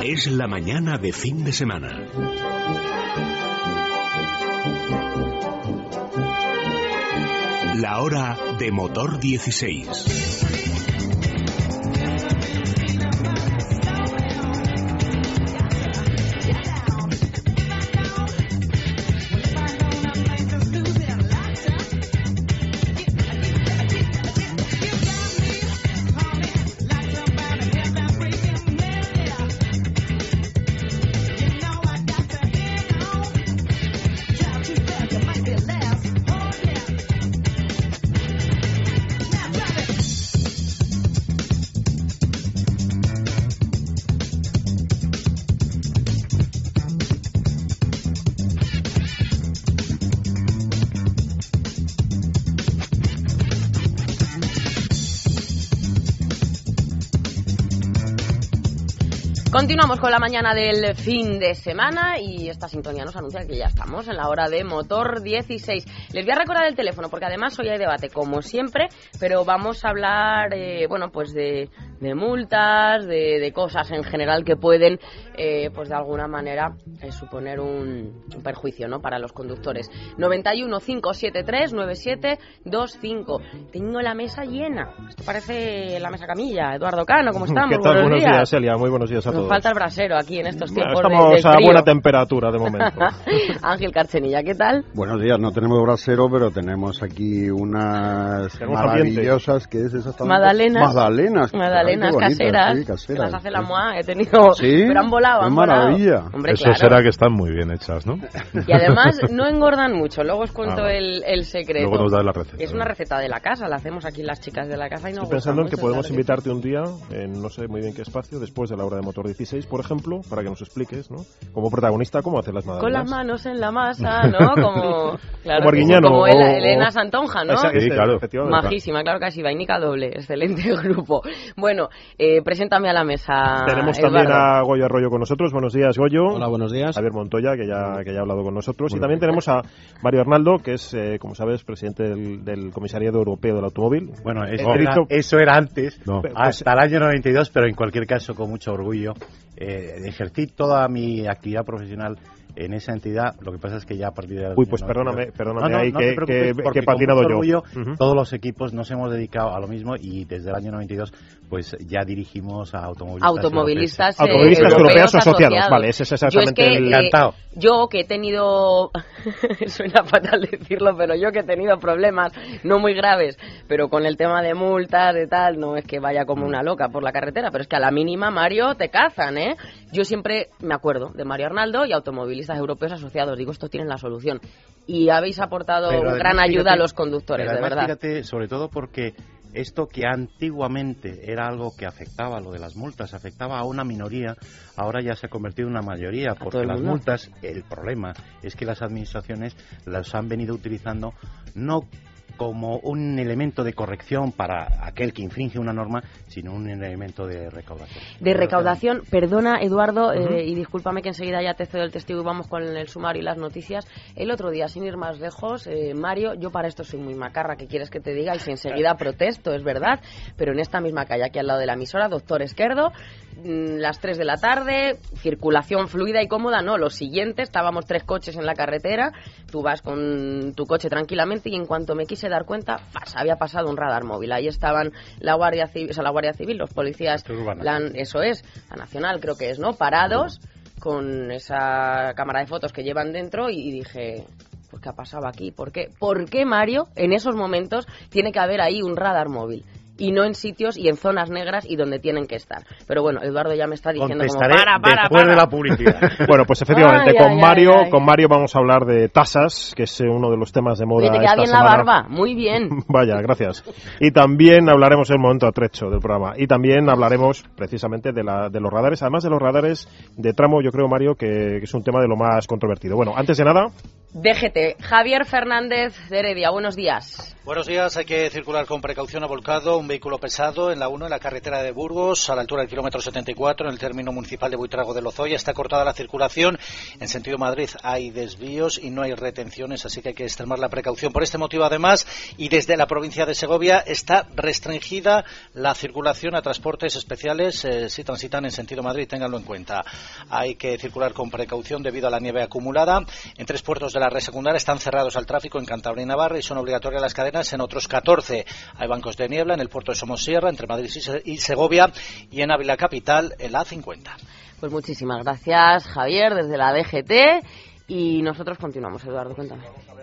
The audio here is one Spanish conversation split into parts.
es la mañana de fin de semana. La hora de Motor 16. Continuamos con la mañana del fin de semana y esta sintonía nos anuncia que ya estamos en la hora de Motor 16. Les voy a recordar el teléfono porque además hoy hay debate como siempre, pero vamos a hablar pues de multas, de cosas en general que pueden pues de alguna manera suponer un perjuicio, ¿no?, para los conductores. 91 573 9725. Tengo la mesa llena. Esto parece la mesa camilla. Eduardo Cano, ¿cómo estamos? ¿Qué tal? Buenos días, Celia. Muy buenos días a todos. Nos falta el brasero aquí en estos tiempos estamos de frío. a buena temperatura de momento. Ángel Carchenilla, ¿qué tal? Buenos días, no tenemos brasero, pero tenemos aquí unas maravillosas, ¿qué es exactamente? Magdalenas caseras, sí, caseras. Las hace la MOA, he tenido, ¿sí? Pero han volado, ¡qué han maravilla! Volado. Hombre, eso claro. Será que están muy bien hechas, ¿no? Y además no engordan mucho, luego os cuento el secreto. Luego nos das la receta. Es una receta de la casa, la hacemos aquí las chicas de la casa y nos Estoy pensando en que podemos mucho, invitarte un día, en no sé muy bien qué espacio, después de la hora de Motor 16, por ejemplo, para que nos expliques, ¿no?, como protagonista, cómo hacer las magdalenas. Con las manos en la masa, ¿no? Como, claro, como Arguiñano. Como Elena Santonja, ¿no? Sí, claro. Majísima, claro que sí, vainica doble, excelente grupo. Bueno, preséntame a la mesa. Tenemos Eduardo. también a Goyo Arroyo con nosotros. Buenos días, Goyo. Hola, buenos días. Javier Montoya, que ya ha hablado con nosotros. Y también tenemos a Mario Arnaldo, que es, como sabes, presidente del Comisariado Europeo del Automóvil. Bueno, eso era antes, hasta el año 92, pero en cualquier caso, con mucho orgullo, ejercí toda mi actividad profesional en esa entidad. Lo que pasa es que ya a partir de... Uy, pues perdóname ahí que he patinado yo. Orgullo, todos los equipos nos hemos dedicado a lo mismo y desde el año 92 pues ya dirigimos a automovilistas europeos asociados. Vale, ese es exactamente encantado. Yo que he tenido suena fatal decirlo, pero yo que he tenido problemas no muy graves, pero con el tema de multas de tal, no es que vaya como una loca por la carretera, pero es que a la mínima, Mario, te cazan, ¿eh? Yo siempre me acuerdo de Mario Arnaldo y automovilistas europeos asociados. Digo, estos tienen la solución. Y habéis aportado gran ayuda a los conductores, de verdad. Fíjate, sobre todo porque esto que antiguamente era algo que afectaba, lo de las multas, afectaba a una minoría, ahora ya se ha convertido en una mayoría, porque las multas, el problema es que las administraciones las han venido utilizando no como un elemento de corrección para aquel que infringe una norma, sino un elemento de recaudación. De recaudación, perdona, Eduardo, y discúlpame que enseguida ya te cedo el testigo y vamos con el sumario y las noticias. El otro día, sin ir más lejos, Mario, yo para esto soy muy macarra, ¿qué quieres que te diga? Y si enseguida protesto, es verdad, pero en esta misma calle, aquí al lado de la emisora, Doctor Esquerdo, las 3 de la tarde, circulación fluida y cómoda, no, lo siguiente, estábamos 3 coches en la carretera, tú vas con tu coche tranquilamente y en cuanto me quise dar cuenta, había pasado un radar móvil, ahí estaban la Guardia Civil, los policías, la Nacional creo que es, ¿no?, parados con esa cámara de fotos que llevan dentro y dije... pues ¿qué ha pasado aquí? ¿Por qué, Mario, en esos momentos tiene que haber ahí un radar móvil? Y no en sitios y en zonas negras y donde tienen que estar. Pero bueno, Eduardo ya me está diciendo contestaré como para. después de la publicidad. Bueno, pues efectivamente, con Mario vamos a hablar de tasas, que es uno de los temas de moda. Y te queda bien semana. La barba, muy bien. Vaya, gracias. Y también hablaremos en el momento atrecho del programa. Y también hablaremos precisamente de los radares, además de los radares de tramo, yo creo, Mario, que es un tema de lo más controvertido. Bueno, antes de nada... DGT. Javier Fernández de Heredia, buenos días. Buenos días, hay que circular con precaución. Ha volcado un vehículo pesado en la 1, en la carretera de Burgos, a la altura del kilómetro 74, en el término municipal de Buitrago de Lozoya. Está cortada la circulación. En sentido Madrid hay desvíos y no hay retenciones, así que hay que extremar la precaución. Por este motivo, además, y desde la provincia de Segovia, está restringida la circulación a transportes especiales si transitan en sentido Madrid, ténganlo en cuenta. Hay que circular con precaución debido a la nieve acumulada. En 3 puertos de la red secundaria están cerrados al tráfico, en Cantabria y Navarra, y son obligatorias las cadenas en otros 14. Hay bancos de niebla en el puerto de Somosierra, entre Madrid y Segovia, y en Ávila capital, en la A50. Pues muchísimas gracias, Javier, desde la DGT, y nosotros continuamos. Eduardo, cuéntame.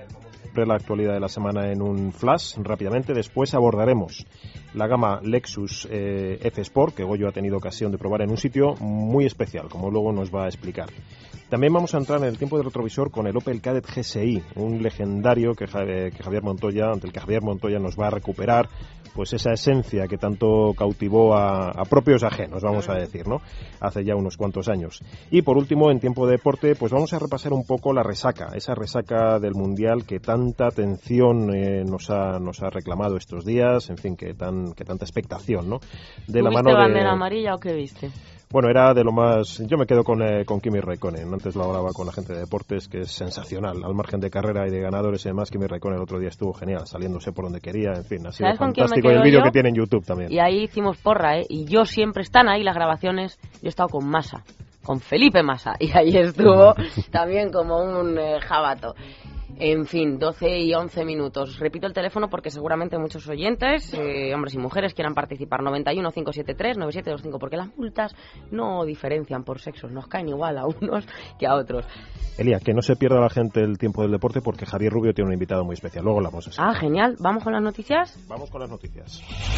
La actualidad de la semana en un flash, rápidamente. Después abordaremos la gama Lexus F Sport, que Goyo ha tenido ocasión de probar en un sitio muy especial, como luego nos va a explicar. También vamos a entrar en el tiempo del retrovisor con el Opel Kadett GSI, un legendario ante el que Javier Montoya nos va a recuperar pues esa esencia que tanto cautivó a propios ajenos, vamos a decir, ¿no? Hace ya unos cuantos años. Y por último, en tiempo de deporte, pues vamos a repasar un poco la resaca, esa resaca del Mundial que tanta atención nos ha reclamado estos días, en fin, que tanta expectación, ¿no? De la mano ¿Viste bandera amarilla o qué viste? Bueno, era de lo más... Yo me quedo con Kimi Räikkönen. Antes lo hablaba con la gente de deportes, que es sensacional. Al margen de carrera y de ganadores y demás, Kimi Räikkönen el otro día estuvo genial, saliéndose por donde quería. En fin, ha sido fantástico. Y el vídeo que tiene en YouTube también. Y ahí hicimos porra, ¿eh? Y yo siempre están ahí las grabaciones. Yo he estado con Massa, con Felipe Massa. Y ahí estuvo también como un jabato. En fin, 12 y 11 minutos. Repito el teléfono porque seguramente muchos oyentes, hombres y mujeres, quieran participar. 91 573 9725, porque las multas no diferencian por sexos, nos caen igual a unos que a otros. Elia, que no se pierda la gente el tiempo del deporte, porque Javier Rubio tiene un invitado muy especial. Luego hablamos así. Ah, genial. ¿Vamos con las noticias? Vamos con las noticias.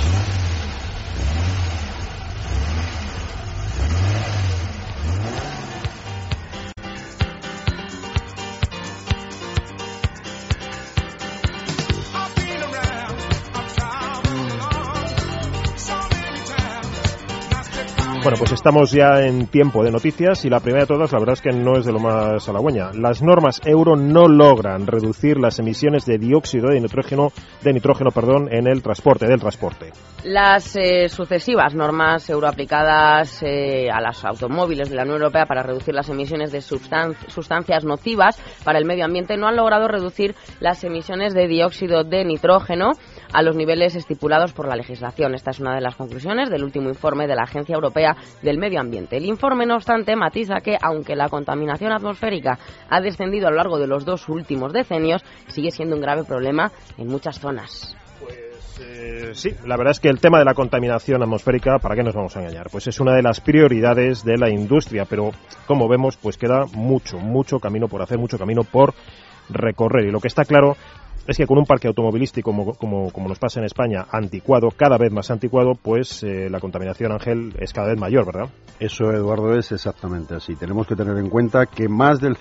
Bueno, pues estamos ya en tiempo de noticias y la primera de todas, la verdad es que no es de lo más halagüeña. Las normas euro no logran reducir las emisiones de dióxido de nitrógeno, en el transporte, Las sucesivas normas euro aplicadas a los automóviles de la Unión Europea para reducir las emisiones de sustancias nocivas para el medio ambiente no han logrado reducir las emisiones de dióxido de nitrógeno a los niveles estipulados por la legislación. Esta es una de las conclusiones del último informe de la Agencia Europea del Medio Ambiente. El informe, no obstante, matiza que, aunque la contaminación atmosférica ha descendido a lo largo de los 2 últimos decenios, sigue siendo un grave problema en muchas zonas. Sí, la verdad es que el tema de la contaminación atmosférica, ¿para qué nos vamos a engañar? Pues es una de las prioridades de la industria, pero como vemos, pues queda mucho camino por hacer, mucho camino por recorrer. Y lo que está claro es que con un parque automovilístico como nos pasa en España, anticuado, cada vez más anticuado, pues la contaminación, Ángel, es cada vez mayor, ¿verdad? Eso, Eduardo, es exactamente así. Tenemos que tener en cuenta que más del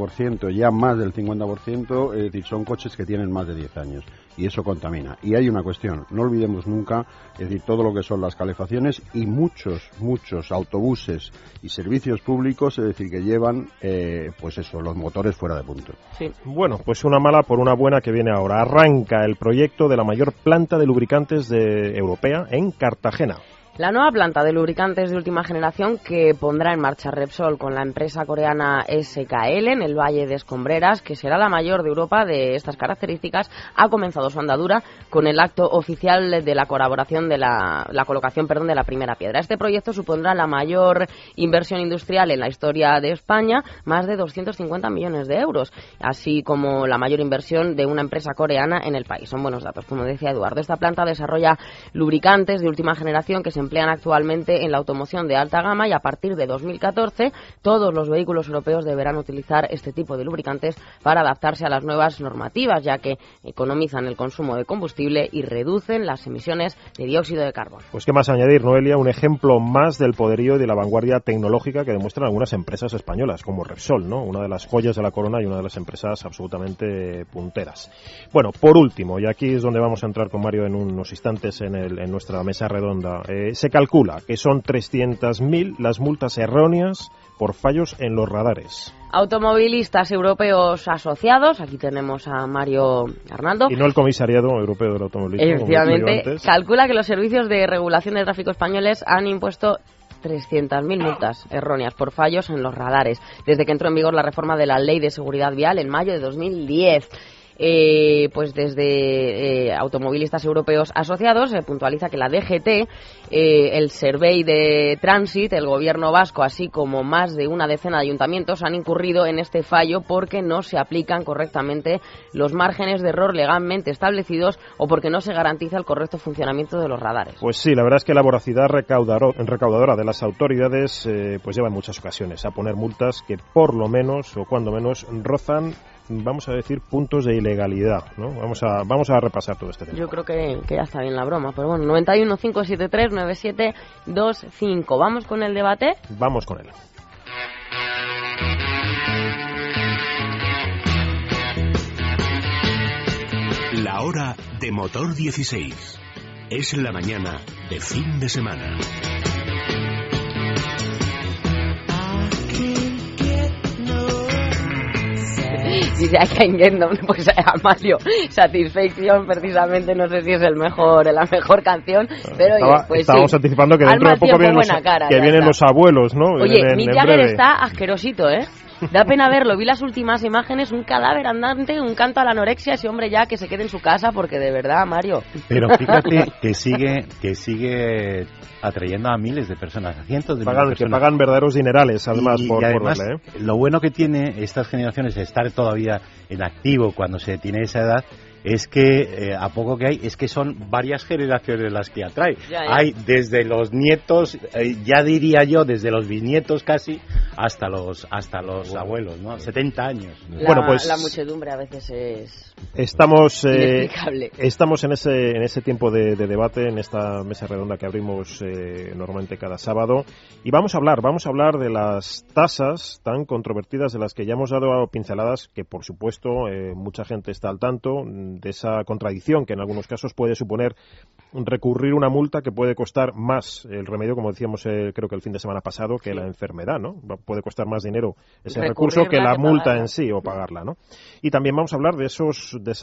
50%, es decir, son coches que tienen más de 10 años. Y eso contamina. Y hay una cuestión, no olvidemos nunca, es decir, todo lo que son las calefacciones y muchos autobuses y servicios públicos, es decir, que llevan, pues eso, los motores fuera de punto. Sí. Bueno, pues una mala por una buena que viene ahora. Arranca el proyecto de la mayor planta de lubricantes europea en Cartagena. La nueva planta de lubricantes de última generación que pondrá en marcha Repsol con la empresa coreana SKL en el Valle de Escombreras, que será la mayor de Europa de estas características, ha comenzado su andadura con el acto oficial de la colaboración de la colocación de la primera piedra. Este proyecto supondrá la mayor inversión industrial en la historia de España, más de 250 millones de euros, así como la mayor inversión de una empresa coreana en el país. Son buenos datos, como decía Eduardo. Esta planta desarrolla lubricantes de última generación que se emplean actualmente en la automoción de alta gama, y a partir de 2014 todos los vehículos europeos deberán utilizar este tipo de lubricantes para adaptarse a las nuevas normativas, ya que economizan el consumo de combustible y reducen las emisiones de dióxido de carbono. Pues qué más añadir, Noelia, un ejemplo más del poderío y de la vanguardia tecnológica que demuestran algunas empresas españolas, como Repsol, ¿no? Una de las joyas de la corona y una de las empresas absolutamente punteras. Bueno, por último, y aquí es donde vamos a entrar con Mario en unos instantes en nuestra mesa redonda, se calcula que son 300.000 las multas erróneas por fallos en los radares. Automovilistas europeos asociados, aquí tenemos a Mario Arnaldo. Y no el Comisariado Europeo del Automovilismo. Efectivamente, calcula que los servicios de regulación de tráfico españoles han impuesto 300.000 multas erróneas por fallos en los radares, desde que entró en vigor la reforma de la Ley de Seguridad Vial en mayo de 2010. Pues desde Automovilistas Europeos Asociados se puntualiza que la DGT, el Servei de Trànsit, el gobierno vasco, así como más de una decena de ayuntamientos han incurrido en este fallo porque no se aplican correctamente los márgenes de error legalmente establecidos o porque no se garantiza el correcto funcionamiento de los radares. Pues sí, la verdad es que la voracidad recaudadora de las autoridades pues lleva en muchas ocasiones a poner multas que por lo menos o cuando menos rozan, vamos a decir, puntos de ilegalidad, ¿no? Vamos a repasar todo este tema. Yo creo que ya está bien la broma, pero bueno, 91 573 9725. ¿Vamos con el debate? Vamos con él. La hora de Motor 16. Es la mañana de fin de semana. Dice I Can Get No, pues a Mario Satisfaction precisamente no sé si es la mejor canción, pero pues estábamos anticipando que dentro de poco vienen los abuelos, ¿no? Oye, Mick Jagger está asquerosito, da pena verlo, vi las últimas imágenes, un cadáver andante, un canto a la anorexia, ese hombre ya que se quede en su casa, porque de verdad, Mario. Pero fíjate que sigue atrayendo a miles de personas, a cientos de miles de personas. Que pagan verdaderos dinerales, además, por verle. Lo bueno que tiene estas generaciones de estar todavía en activo cuando se tiene esa edad es que a poco que hay, es que son varias generaciones las que atrae. Ya. Hay desde los nietos, ya diría yo, desde los bisnietos casi, hasta los abuelos, ¿no? 70 años. La muchedumbre a veces es inexplicable. Estamos en ese tiempo de debate, en esta mesa redonda que abrimos normalmente cada sábado, y vamos a hablar de las tasas tan controvertidas de las que ya hemos dado pinceladas, que por supuesto mucha gente está al tanto de esa contradicción que en algunos casos puede suponer recurrir una multa que puede costar más el remedio, como decíamos creo que el fin de semana pasado, que la enfermedad, ¿no? Puede costar más dinero ese recurso que la multa en sí o pagarla, ¿no? Y también vamos a hablar de esa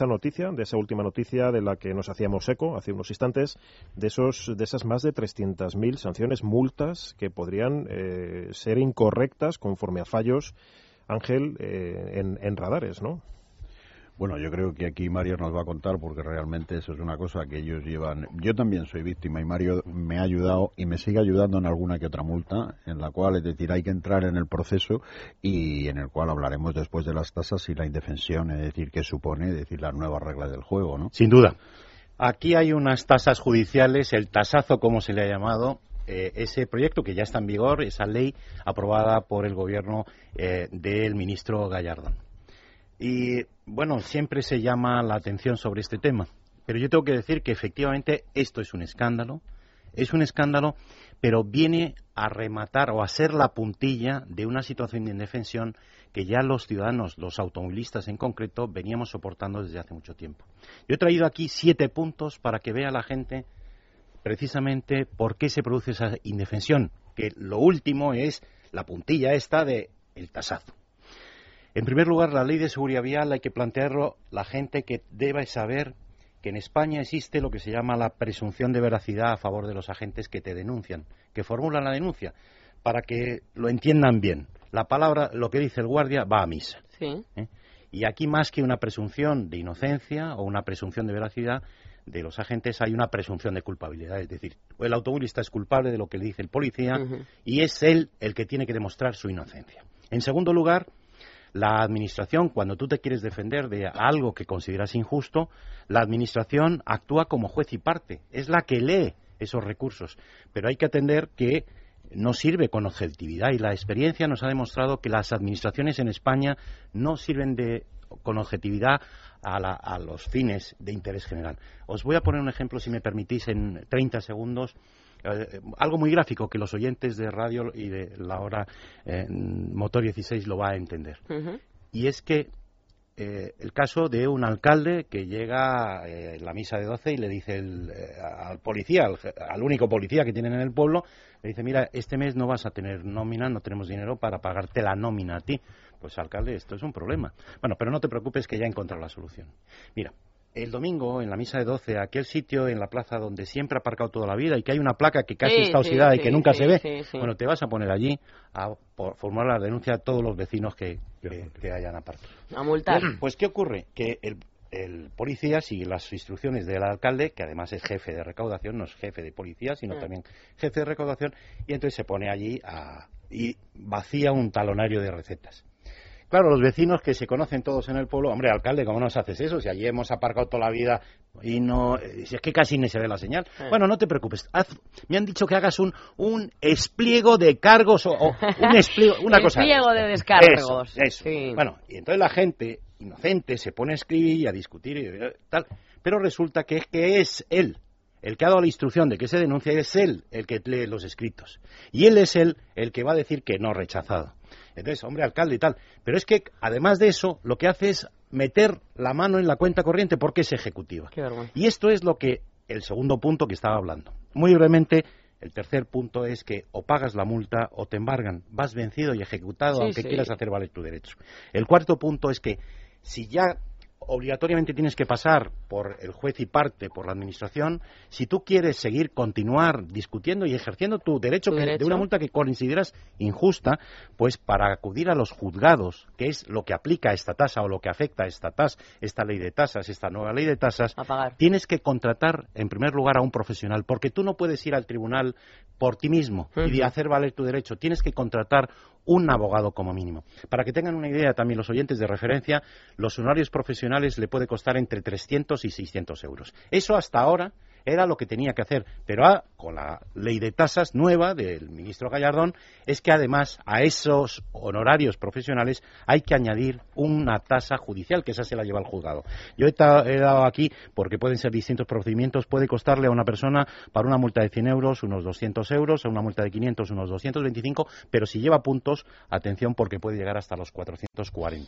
última noticia de la que nos hacíamos eco hace unos instantes, de esas más de 300.000 sanciones, multas que podrían ser incorrectas conforme a fallos, Ángel, en radares, ¿no? Bueno, yo creo que aquí Mario nos va a contar, porque realmente eso es una cosa que ellos llevan. Yo también soy víctima y Mario me ha ayudado y me sigue ayudando en alguna que otra multa, en la cual, es decir, hay que entrar en el proceso y en el cual hablaremos después de las tasas y la indefensión, es decir, qué supone, es decir, las nuevas reglas del juego, ¿no? Sin duda. Aquí hay unas tasas judiciales, el tasazo, como se le ha llamado, ese proyecto que ya está en vigor, esa ley aprobada por el gobierno del ministro Gallardón. Y, bueno, siempre se llama la atención sobre este tema, pero yo tengo que decir que efectivamente esto es un escándalo, pero viene a rematar o a ser la puntilla de una situación de indefensión que ya los ciudadanos, los automovilistas en concreto, veníamos soportando desde hace mucho tiempo. Yo he traído aquí 7 puntos para que vea la gente precisamente por qué se produce esa indefensión, que lo último es la puntilla esta de el tasazo. En primer lugar, la ley de seguridad vial hay que plantearlo la gente que debe saber que en España existe lo que se llama la presunción de veracidad a favor de los agentes que te denuncian, que formulan la denuncia, para que lo entiendan bien. La palabra, lo que dice el guardia, va a misa. Sí. Y aquí, más que una presunción de inocencia o una presunción de veracidad de los agentes, hay una presunción de culpabilidad. Es decir, el automovilista es culpable de lo que le dice el policía y es él el que tiene que demostrar su inocencia. En segundo lugar, la administración, cuando tú te quieres defender de algo que consideras injusto, la administración actúa como juez y parte, es la que lee esos recursos, pero hay que atender que no sirve con objetividad y la experiencia nos ha demostrado que las administraciones en España no sirven con objetividad a los fines de interés general. Os voy a poner un ejemplo, si me permitís, en 30 segundos. Algo muy gráfico que los oyentes de radio y de la hora Motor 16 lo va a entender. Y es que el caso de un alcalde que llega en la misa de 12 y le dice al policía, al único policía que tienen en el pueblo, le dice, mira, este mes no vas a tener nómina, no tenemos dinero para pagarte la nómina a ti. Pues alcalde, esto es un problema. Bueno, pero no te preocupes que ya he encontrado la solución. Mira, el domingo en la misa de 12, aquel sitio en la plaza donde siempre ha aparcado toda la vida y que hay una placa que casi está oxidada y que nunca se ve, bueno, te vas a poner allí a formar la denuncia a todos los vecinos que hayan aparcado. A multar. Pues, ¿qué ocurre? Que el policía sigue las instrucciones del alcalde, que además es jefe de recaudación, no es jefe de policía, sino también jefe de recaudación, y entonces se pone allí y vacía un talonario de recetas. Claro, los vecinos que se conocen todos en el pueblo, hombre, alcalde, ¿cómo nos haces eso? Si allí hemos aparcado toda la vida y no... Si es que casi ni se ve la señal. Bueno, no te preocupes. Me han dicho que hagas un expliego de cargos o un expliego, una cosa. Expliego de descargos. Eso. Sí. Bueno, y entonces la gente inocente se pone a escribir y a discutir y tal. Pero resulta que es él. El que ha dado la instrucción de que se denuncie es él el que lee los escritos. Y él es el que va a decir que no rechazado. Entonces, hombre, alcalde y tal. Pero es que, además de eso, lo que hace es meter la mano en la cuenta corriente porque es ejecutiva. Qué vergüenza. Y esto es el segundo punto que estaba hablando. Muy brevemente, el tercer punto es que o pagas la multa o te embargan. Vas vencido y ejecutado aunque quieras hacer valer tu derecho. El cuarto punto es que si ya obligatoriamente tienes que pasar por el juez y parte, por la administración, si tú quieres continuar discutiendo y ejerciendo tu derecho de una multa que consideras injusta, pues para acudir a los juzgados, que es lo que aplica esta tasa o lo que afecta a esta ley de tasas, esta nueva ley de tasas, tienes que contratar en primer lugar a un profesional, porque tú no puedes ir al tribunal por ti mismo y hacer valer tu derecho, tienes que contratar un abogado como mínimo. Para que tengan una idea también los oyentes de referencia, los honorarios profesionales le puede costar entre 300 y 600 euros. Eso hasta ahora era lo que tenía que hacer, pero con la ley de tasas nueva del ministro Gallardón es que además a esos honorarios profesionales hay que añadir una tasa judicial, que esa se la lleva el juzgado. Yo he dado aquí, porque pueden ser distintos procedimientos, puede costarle a una persona para una multa de 100 euros unos 200 euros, a una multa de 500 unos 225, pero si lleva puntos, atención porque puede llegar hasta los 440.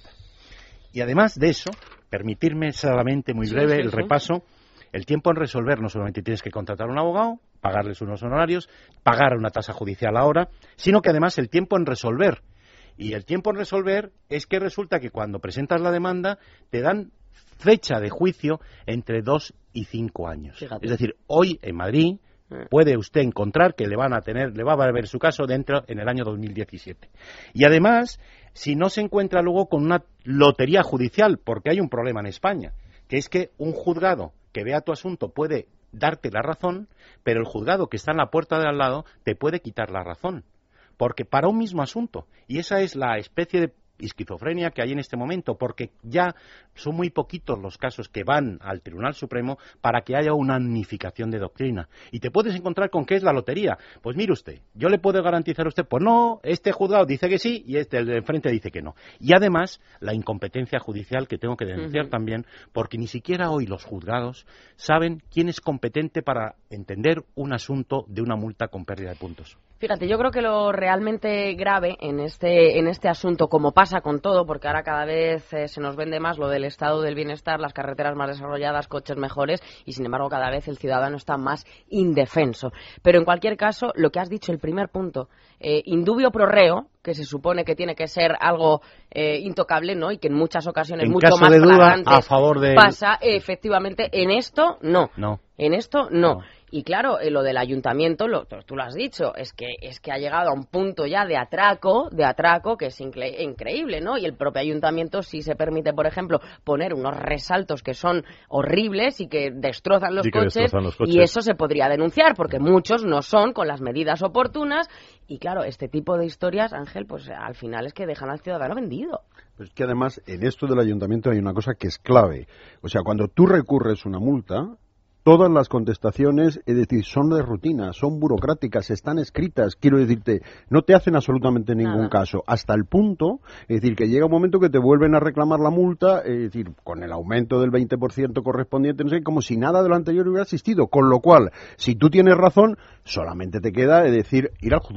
Y además de eso, permitirme solamente muy breve el repaso. El tiempo en resolver, no solamente tienes que contratar a un abogado, pagarles unos honorarios, pagar una tasa judicial ahora, sino que además el tiempo en resolver. Y el tiempo en resolver es que resulta que cuando presentas la demanda te dan fecha de juicio entre 2 y 5 años. Fíjate. Es decir, hoy en Madrid puede usted encontrar que le va a ver su caso en el año 2017. Y además, si no se encuentra luego con una lotería judicial, porque hay un problema en España, que es que un juzgado que vea tu asunto puede darte la razón, pero el juzgado que está en la puerta de al lado te puede quitar la razón, porque para un mismo asunto. Y esa es la especie de esquizofrenia que hay en este momento, porque ya son muy poquitos los casos que van al Tribunal Supremo para que haya una unificación de doctrina. Y te puedes encontrar con qué es la lotería. Pues mire usted, yo le puedo garantizar a usted, pues no, este juzgado dice que sí y el de enfrente dice que no. Y además, la incompetencia judicial que tengo que denunciar también, porque ni siquiera hoy los juzgados saben quién es competente para entender un asunto de una multa con pérdida de puntos. Fíjate, yo creo que lo realmente grave en este asunto, como pasa con todo, porque ahora cada vez se nos vende más lo del estado del bienestar, las carreteras más desarrolladas, coches mejores, y sin embargo cada vez el ciudadano está más indefenso. Pero en cualquier caso, lo que has dicho, el primer punto, indubio pro reo, que se supone que tiene que ser algo intocable, ¿no? Y que en muchas ocasiones mucho más flagrante pasa, efectivamente, en esto no. En esto no. Y claro, lo del ayuntamiento, tú lo has dicho, es que ha llegado a un punto ya de atraco que es increíble, ¿no? Y el propio ayuntamiento sí se permite, por ejemplo, poner unos resaltos que son horribles y que destrozan los coches, y eso se podría denunciar, porque muchos no son con las medidas oportunas. Y claro, este tipo de historias, Ángel, pues al final es que dejan al ciudadano vendido. Pero es que además en esto del ayuntamiento hay una cosa que es clave. O sea, cuando tú recurres una multa, todas las contestaciones, es decir, son de rutina, son burocráticas, están escritas, quiero decirte, no te hacen absolutamente ningún caso, hasta el punto, es decir, que llega un momento que te vuelven a reclamar la multa, es decir, con el aumento del 20% correspondiente, no sé, como si nada de lo anterior hubiera existido, con lo cual, si tú tienes razón, solamente te queda, es decir, ir al juzgado.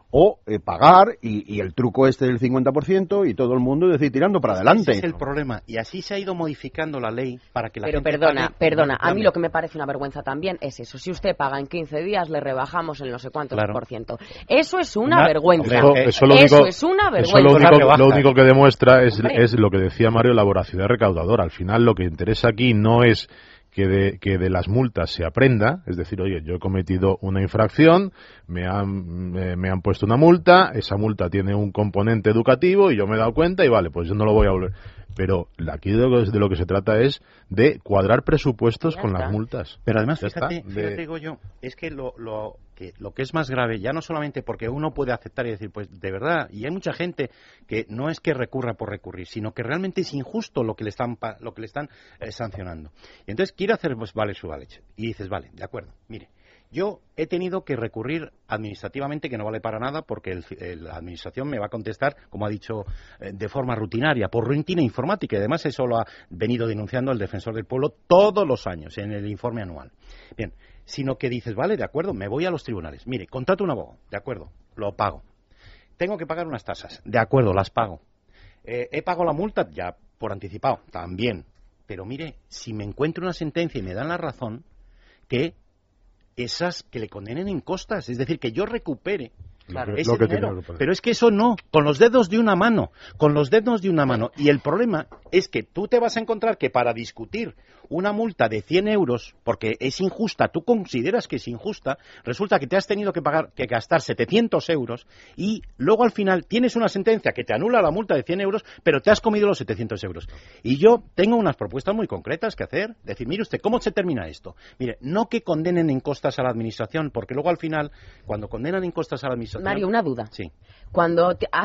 o pagar y el truco este del 50% y todo el mundo decir tirando para adelante. Ese es el problema. Y así se ha ido modificando la ley para que la gente perdona. A mí lo que me parece una vergüenza también es eso. Si usted paga en 15 días, le rebajamos el no sé cuántos %. Eso es una vergüenza. Eso es una vergüenza. Lo único que demuestra es lo que decía Mario, la voracidad recaudadora. Al final lo que interesa aquí no es que de las multas se aprenda, es decir, oye, yo he cometido una infracción, me han puesto una multa, esa multa tiene un componente educativo y yo me he dado cuenta y vale, pues yo no lo voy a volver. Pero aquí de lo que se trata es de cuadrar presupuestos con las multas. Pero además, fíjate, digo yo, es que lo que es más grave, ya no solamente porque uno puede aceptar y decir, pues de verdad, y hay mucha gente que no es que recurra por recurrir, sino que realmente es injusto lo que le están sancionando. Y entonces quiere hacer, pues vale su vale. Y dices, vale, de acuerdo, mire, yo he tenido que recurrir administrativamente, que no vale para nada, porque la administración me va a contestar, como ha dicho, de forma rutinaria, por rutina informática. Y además eso lo ha venido denunciando el Defensor del Pueblo todos los años, en el informe anual. Bien, sino que dices, vale, de acuerdo, me voy a los tribunales. Mire, contrato un abogado, de acuerdo, lo pago. Tengo que pagar unas tasas, de acuerdo, las pago. He pagado la multa, ya por anticipado, también. Pero mire, si me encuentro una sentencia y me dan la razón, que esas que le condenen en costas, es decir, que yo recupere ese dinero. Pero es que eso no, con los dedos de una mano. Y el problema es que tú te vas a encontrar que para discutir una multa de 100 euros, porque es injusta, tú consideras que es injusta, resulta que te has tenido que gastar 700 euros y luego al final tienes una sentencia que te anula la multa de 100 euros, pero te has comido los 700 euros. Y yo tengo unas propuestas muy concretas que hacer. Decir, mire usted, ¿cómo se termina esto? Mire, no que condenen en costas a la administración, porque luego al final, cuando condenan en costas a la administración... Mario, una duda. Sí. Cuando te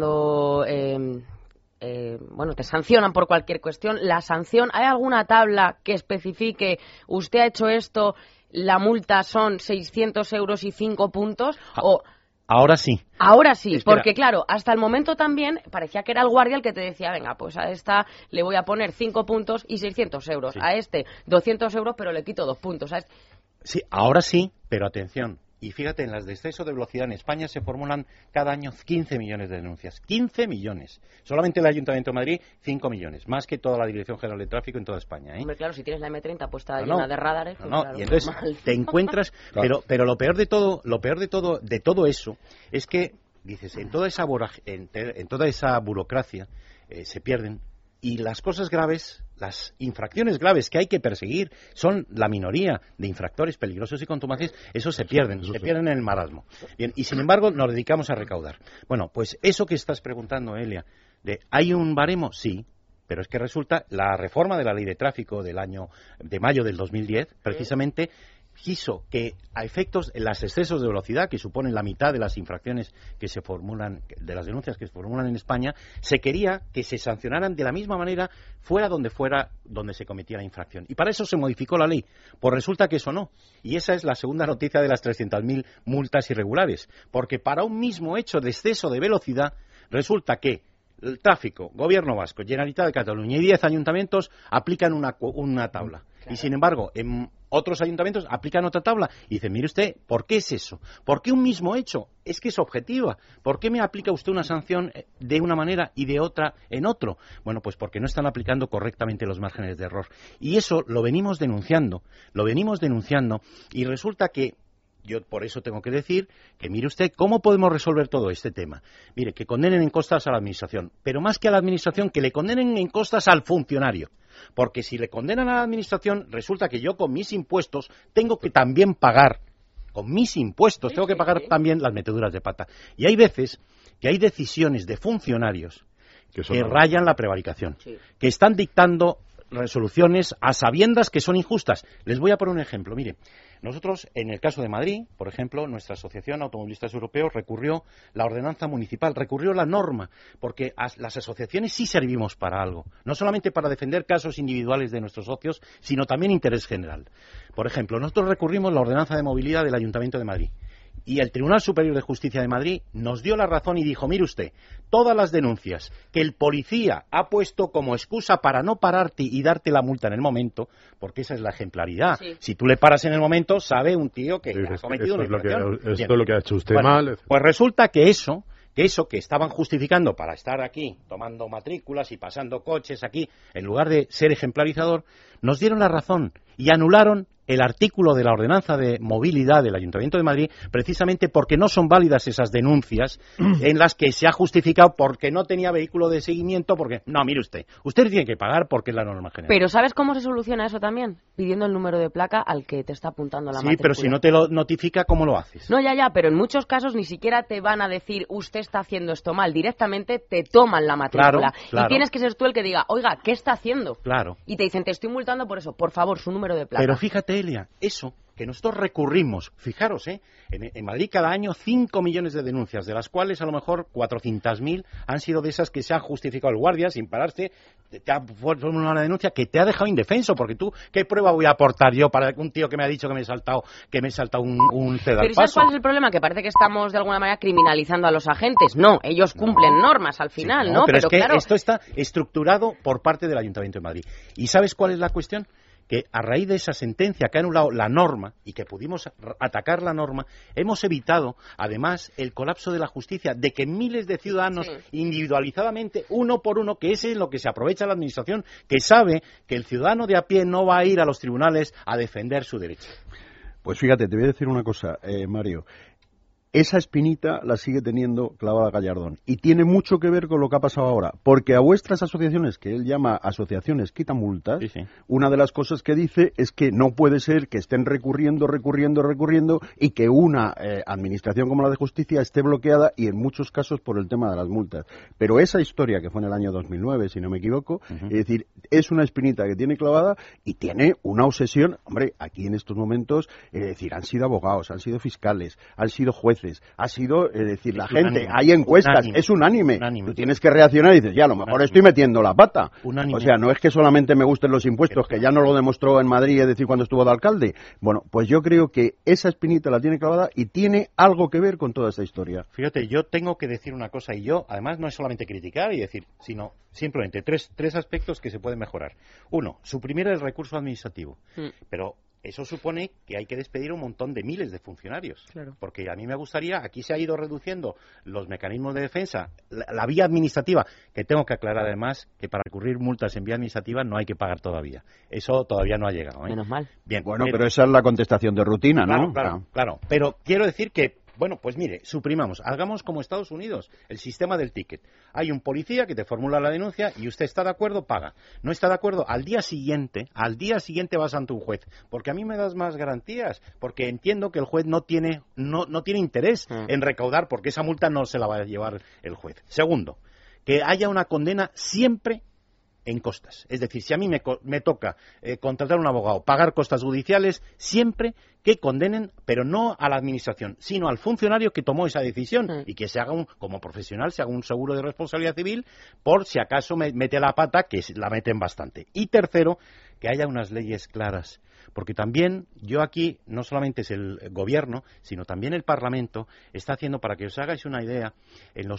sancionan por cualquier cuestión, la sanción, ¿hay alguna tabla que especifique usted ha hecho esto, la multa son 600 euros y 5 puntos? O ahora sí. Ahora sí, Espera. porque claro, hasta el momento también parecía que era el guardia el que te decía, venga, pues a esta le voy a poner 5 puntos y 600 euros, sí. A este 200 euros pero le quito 2 puntos. Sí, ahora sí, pero atención. Y fíjate, en las de exceso de velocidad en España se formulan cada año 15 millones de denuncias. 15 millones. Solamente el Ayuntamiento de Madrid, 5 millones. Más que toda la Dirección General de Tráfico en toda España. Hombre, claro, si tienes la M30 puesta llena de radares... Pues claro, y entonces te encuentras... Claro. Pero lo peor de todo eso, es que, dices, en toda esa burocracia se pierden. Y las cosas graves, las infracciones graves que hay que perseguir, son la minoría de infractores peligrosos y contumaces, eso se pierden en el marasmo. Bien, y sin embargo nos dedicamos a recaudar. Bueno, pues eso que estás preguntando, Elia, ¿hay un baremo? Sí, pero es que resulta, la reforma de la ley de tráfico de mayo del 2010, precisamente, quiso que a efectos de los excesos de velocidad, que suponen la mitad de las infracciones que se formulan, de las denuncias que se formulan en España, se quería que se sancionaran de la misma manera fuera donde se cometía la infracción. Y para eso se modificó la ley. Pues resulta que eso no. Y esa es la segunda noticia de las 300.000 multas irregulares. Porque para un mismo hecho de exceso de velocidad, resulta que el tráfico, Gobierno Vasco, Generalitat de Cataluña y 10 ayuntamientos aplican una tabla. Claro. Y sin embargo, en otros ayuntamientos aplican otra tabla. Y dicen, mire usted, ¿por qué es eso? ¿Por qué un mismo hecho? Es que es objetiva. ¿Por qué me aplica usted una sanción de una manera y de otra en otro? Bueno, pues porque no están aplicando correctamente los márgenes de error. Y eso lo venimos denunciando y resulta que yo por eso tengo que decir que, mire usted, ¿cómo podemos resolver todo este tema? Mire, que condenen en costas a la Administración, pero más que a la Administración, que le condenen en costas al funcionario. Porque si le condenan a la Administración, resulta que yo con mis impuestos tengo que también pagar, también las meteduras de pata. Y hay veces que hay decisiones de funcionarios que rayan la prevaricación, que están dictando resoluciones a sabiendas que son injustas. Les voy a poner un ejemplo. Mire, nosotros, en el caso de Madrid, por ejemplo, nuestra Asociación Automovilistas Europeos recurrió la ordenanza municipal, recurrió la norma, porque las asociaciones sí servimos para algo, no solamente para defender casos individuales de nuestros socios, sino también interés general. Por ejemplo, nosotros recurrimos la ordenanza de movilidad del Ayuntamiento de Madrid. Y el Tribunal Superior de Justicia de Madrid nos dio la razón y dijo, mire usted, todas las denuncias que el policía ha puesto como excusa para no pararte y darte la multa en el momento, porque esa es la ejemplaridad. Sí. Si tú le paras en el momento, sabe un tío que ha cometido una infracción. Esto es lo que ha hecho usted mal. Pues resulta que eso que estaban justificando para estar aquí tomando matrículas y pasando coches aquí, en lugar de ser ejemplarizador, nos dieron la razón y anularon el artículo de la ordenanza de movilidad del Ayuntamiento de Madrid, precisamente porque no son válidas esas denuncias en las que se ha justificado porque no tenía vehículo de seguimiento, porque... No, mire usted tiene que pagar porque es la norma general. Pero ¿sabes cómo se soluciona eso también? Pidiendo el número de placa al que te está apuntando la matrícula. Sí, pero si no te lo notifica, ¿cómo lo haces? No, ya, pero en muchos casos ni siquiera te van a decir usted está haciendo esto mal, directamente te toman la matrícula. Claro. Y tienes que ser tú el que diga, oiga, ¿qué está haciendo? Claro. Y te dicen, te estoy multando por eso, por favor, su número de placa. Pero fíjate, Elia, eso que nosotros recurrimos, fijaros, en Madrid cada año 5 millones de denuncias, de las cuales a lo mejor 400.000 han sido de esas que se ha justificado el guardia sin pararse, te ha formulado una denuncia que te ha dejado indefenso, porque tú, ¿qué prueba voy a aportar yo para un tío que me ha dicho que me he saltado un ceda al Pero ¿sabes paso? cuál es el problema? Que parece que estamos de alguna manera criminalizando a los agentes. No, ellos cumplen normas al final, sí, ¿no? Pero es que claro, esto está estructurado por parte del Ayuntamiento de Madrid. ¿Y sabes cuál es la cuestión? Que a raíz de esa sentencia que ha anulado la norma y que pudimos atacar la norma, hemos evitado, además, el colapso de la justicia, de que miles de ciudadanos, individualizadamente, uno por uno, que ese es lo que se aprovecha la Administración, que sabe que el ciudadano de a pie no va a ir a los tribunales a defender su derecho. Pues fíjate, te voy a decir una cosa, Mario. Esa espinita la sigue teniendo clavada Gallardón y tiene mucho que ver con lo que ha pasado ahora, porque a vuestras asociaciones, que él llama asociaciones quitamultas, sí. Una de las cosas que dice es que no puede ser que estén recurriendo y que una administración como la de justicia esté bloqueada y en muchos casos por el tema de las multas. Pero esa historia que fue en el año 2009, si no me equivoco, es decir, es una espinita que tiene clavada y tiene una obsesión. Hombre, aquí en estos momentos, es decir, han sido abogados, han sido fiscales, han sido jueces, ha sido, es decir, la gente, hay encuestas, es unánime. Tú tienes que reaccionar y dices, ya, a lo mejor estoy metiendo la pata. O sea, no es que solamente me gusten los impuestos, que ya no lo demostró en Madrid, es decir, cuando estuvo de alcalde. Bueno, pues yo creo que esa espinita la tiene clavada y tiene algo que ver con toda esta historia. Fíjate, yo tengo que decir una cosa, y yo, además, no es solamente criticar y decir, sino simplemente tres aspectos que se pueden mejorar. Uno, suprimir el recurso administrativo. Pero eso supone que hay que despedir un montón de miles de funcionarios. Claro. Porque a mí me gustaría, aquí se ha ido reduciendo los mecanismos de defensa, la vía administrativa, que tengo que aclarar además que para recurrir multas en vía administrativa no hay que pagar todavía. Eso todavía no ha llegado. Menos mal. Bien, bueno, pero esa es la contestación de rutina, ¿no? Claro. Pero quiero decir que, bueno, pues mire, suprimamos, hagamos como Estados Unidos, el sistema del ticket. Hay un policía que te formula la denuncia y usted está de acuerdo, paga. No está de acuerdo, al día siguiente vas ante un juez, porque a mí me das más garantías, porque entiendo que el juez no tiene interés en recaudar, porque esa multa no se la va a llevar el juez. Segundo, que haya una condena siempre en costas. Es decir, si a mí me toca contratar un abogado, pagar costas judiciales, siempre que condenen, pero no a la administración, sino al funcionario que tomó esa decisión y que se haga como profesional, se haga un seguro de responsabilidad civil por si acaso mete la pata, que la meten bastante. Y tercero, que haya unas leyes claras. Porque también yo aquí, no solamente es el gobierno, sino también el Parlamento, está haciendo, para que os hagáis una idea, en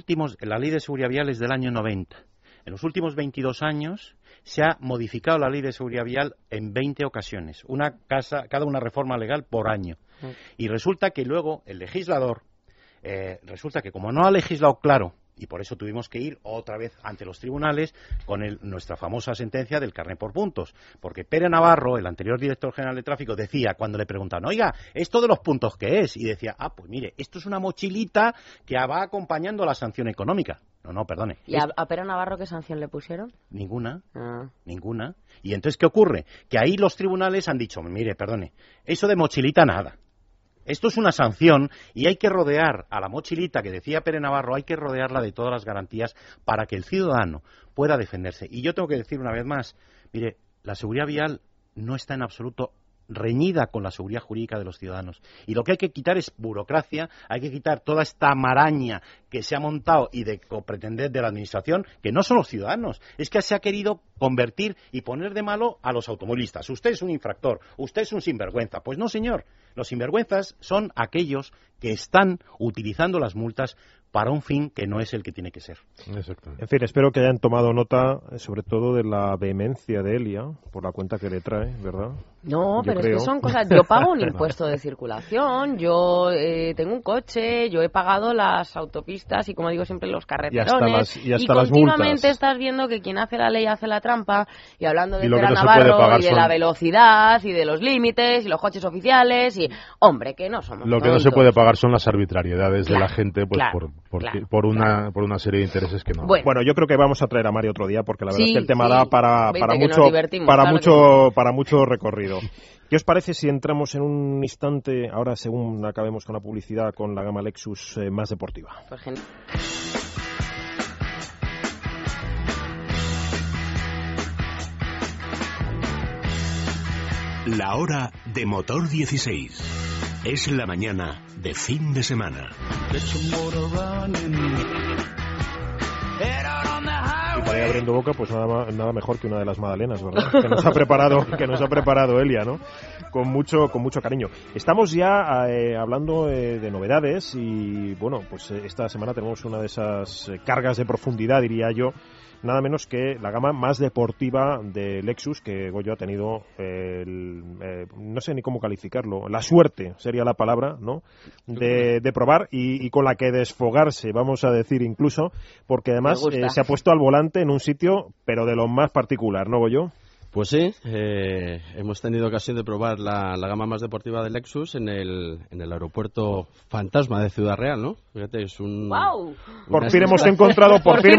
la ley de seguridad vial es del año 90. En los últimos 22 años se ha modificado la ley de seguridad vial en 20 ocasiones, cada una reforma legal por año. Y resulta que luego el legislador, resulta que como no ha legislado claro, y por eso tuvimos que ir otra vez ante los tribunales con nuestra famosa sentencia del carné por puntos. Porque Pere Navarro, el anterior director general de tráfico, decía, cuando le preguntaban, oiga, ¿esto de los puntos qué es? Y decía, pues mire, esto es una mochilita que va acompañando la sanción económica. No, perdone. ¿Y a Pere Navarro qué sanción le pusieron? Ninguna. Y entonces, ¿qué ocurre? Que ahí los tribunales han dicho, mire, perdone, eso de mochilita nada. Esto es una sanción y hay que rodear a la mochilita que decía Pere Navarro, hay que rodearla de todas las garantías para que el ciudadano pueda defenderse. Y yo tengo que decir una vez más, mire, la seguridad vial no está en absoluto reñida con la seguridad jurídica de los ciudadanos. Y lo que hay que quitar es burocracia, hay que quitar toda esta maraña que se ha montado y de pretender de la administración, que no son los ciudadanos, es que se ha querido convertir y poner de malo a los automovilistas. Usted es un infractor, usted es un sinvergüenza. Pues no, señor. Los sinvergüenzas son aquellos que están utilizando las multas para un fin que no es el que tiene que ser. Exactamente. En fin, espero que hayan tomado nota, sobre todo de la vehemencia de Elia, por la cuenta que le trae, ¿verdad? No, pero creo. es que son cosas... Yo pago un impuesto de circulación, yo tengo un coche, yo he pagado las autopistas y, como digo siempre, los carreterones. Y hasta las continuamente multas. estás viendo que quien hace la ley hace la trampa, y hablando de Y lo Pera que no se puede Navarro pagar y de son- la velocidad y de los límites y los coches oficiales y... Hombre, que no somos Lo que no se tontos. puede pagar son las arbitrariedades de la Claro, gente, pues claro, por una serie de intereses que no. Bueno. Bueno, yo creo que vamos a traer a Mario otro día, porque la verdad Sí, es que el tema sí. da para Vete, que nos mucho, divertimos, claro que para mucho recorrido. ¿Qué os parece si entramos en un instante, ahora según acabemos con la publicidad, con la gama Lexus más deportiva? Pues genial. La hora de Motor 16. Es la mañana de fin de semana. Y para ir abriendo boca, pues nada mejor que una de las magdalenas, ¿verdad? Que nos ha preparado Elia, ¿no? Con mucho cariño. Estamos ya hablando de novedades y, bueno, pues esta semana tenemos una de esas cargas de profundidad, diría yo, nada menos que la gama más deportiva de Lexus, que Goyo ha tenido, no sé ni cómo calificarlo, la suerte sería la palabra, ¿no?, de probar y con la que desfogarse, vamos a decir incluso, porque además se ha puesto al volante en un sitio, pero de lo más particular, ¿no, Goyo? Pues sí, hemos tenido ocasión de probar la gama más deportiva de Lexus en el aeropuerto fantasma de Ciudad Real, ¿no? Fíjate, es un... ¡Wow! Por fin hemos encontrado,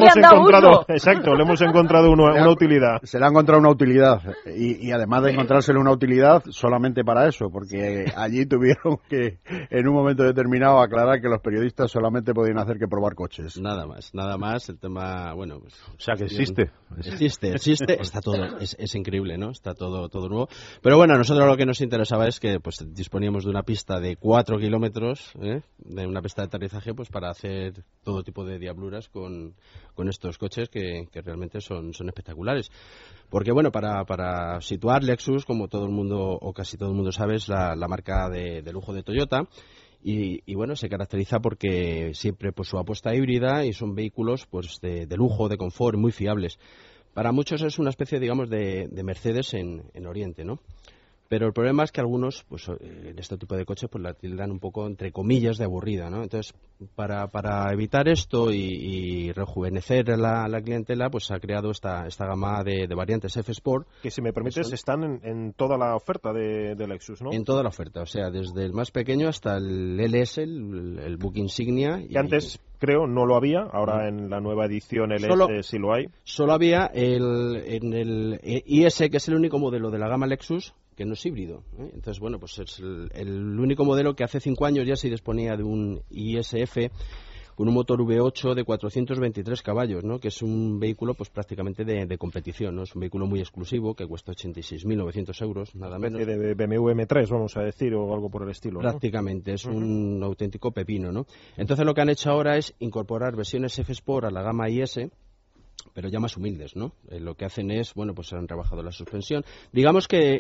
exacto, le hemos encontrado una utilidad. Se le ha encontrado una utilidad y además de encontrársele una utilidad solamente para eso, porque allí tuvieron que en un momento determinado aclarar que los periodistas solamente podían hacer que probar coches. Nada más, el tema, bueno... Pues, o sea, que existe. Existe, está todo, es increíble, ¿no? Está todo nuevo. Pero bueno, a nosotros lo que nos interesaba es que pues disponíamos de una pista de 4 kilómetros, de una pista de aterrizaje, pues para hacer todo tipo de diabluras con estos coches que realmente son espectaculares. Porque bueno, para situar Lexus, como todo el mundo o casi todo el mundo sabe, es la marca de lujo de Toyota. Y bueno, se caracteriza porque siempre pues su apuesta híbrida y son vehículos pues de lujo, de confort, muy fiables. Para muchos es una especie, digamos, de Mercedes en Oriente, ¿no? Pero el problema es que algunos, pues en este tipo de coches, pues la tildan un poco, entre comillas, de aburrida, ¿no? Entonces, para evitar esto y rejuvenecer la clientela, pues se ha creado esta gama de variantes F-Sport. Que, si me permites, están en toda la oferta de Lexus, ¿no? En toda la oferta, o sea, desde el más pequeño hasta el LS, el Buick Insignia. Que antes, creo, no lo había, ahora en la nueva edición LS sí lo hay. Solo había en el IS, que es el único modelo de la gama Lexus que no es híbrido, ¿eh? Entonces, bueno, pues es el único modelo que hace 5 años ya se disponía de un ISF con un motor V8 de 423 caballos, ¿no? Que es un vehículo pues prácticamente de competición, ¿no? Es un vehículo muy exclusivo que cuesta 86.900 euros, nada menos. De BMW M3, vamos a decir, o algo por el estilo, ¿no? Prácticamente, es un auténtico pepino, ¿no? Entonces lo que han hecho ahora es incorporar versiones F-Sport a la gama IS, pero ya más humildes, ¿no? Lo que hacen es, bueno, pues han rebajado la suspensión. Digamos que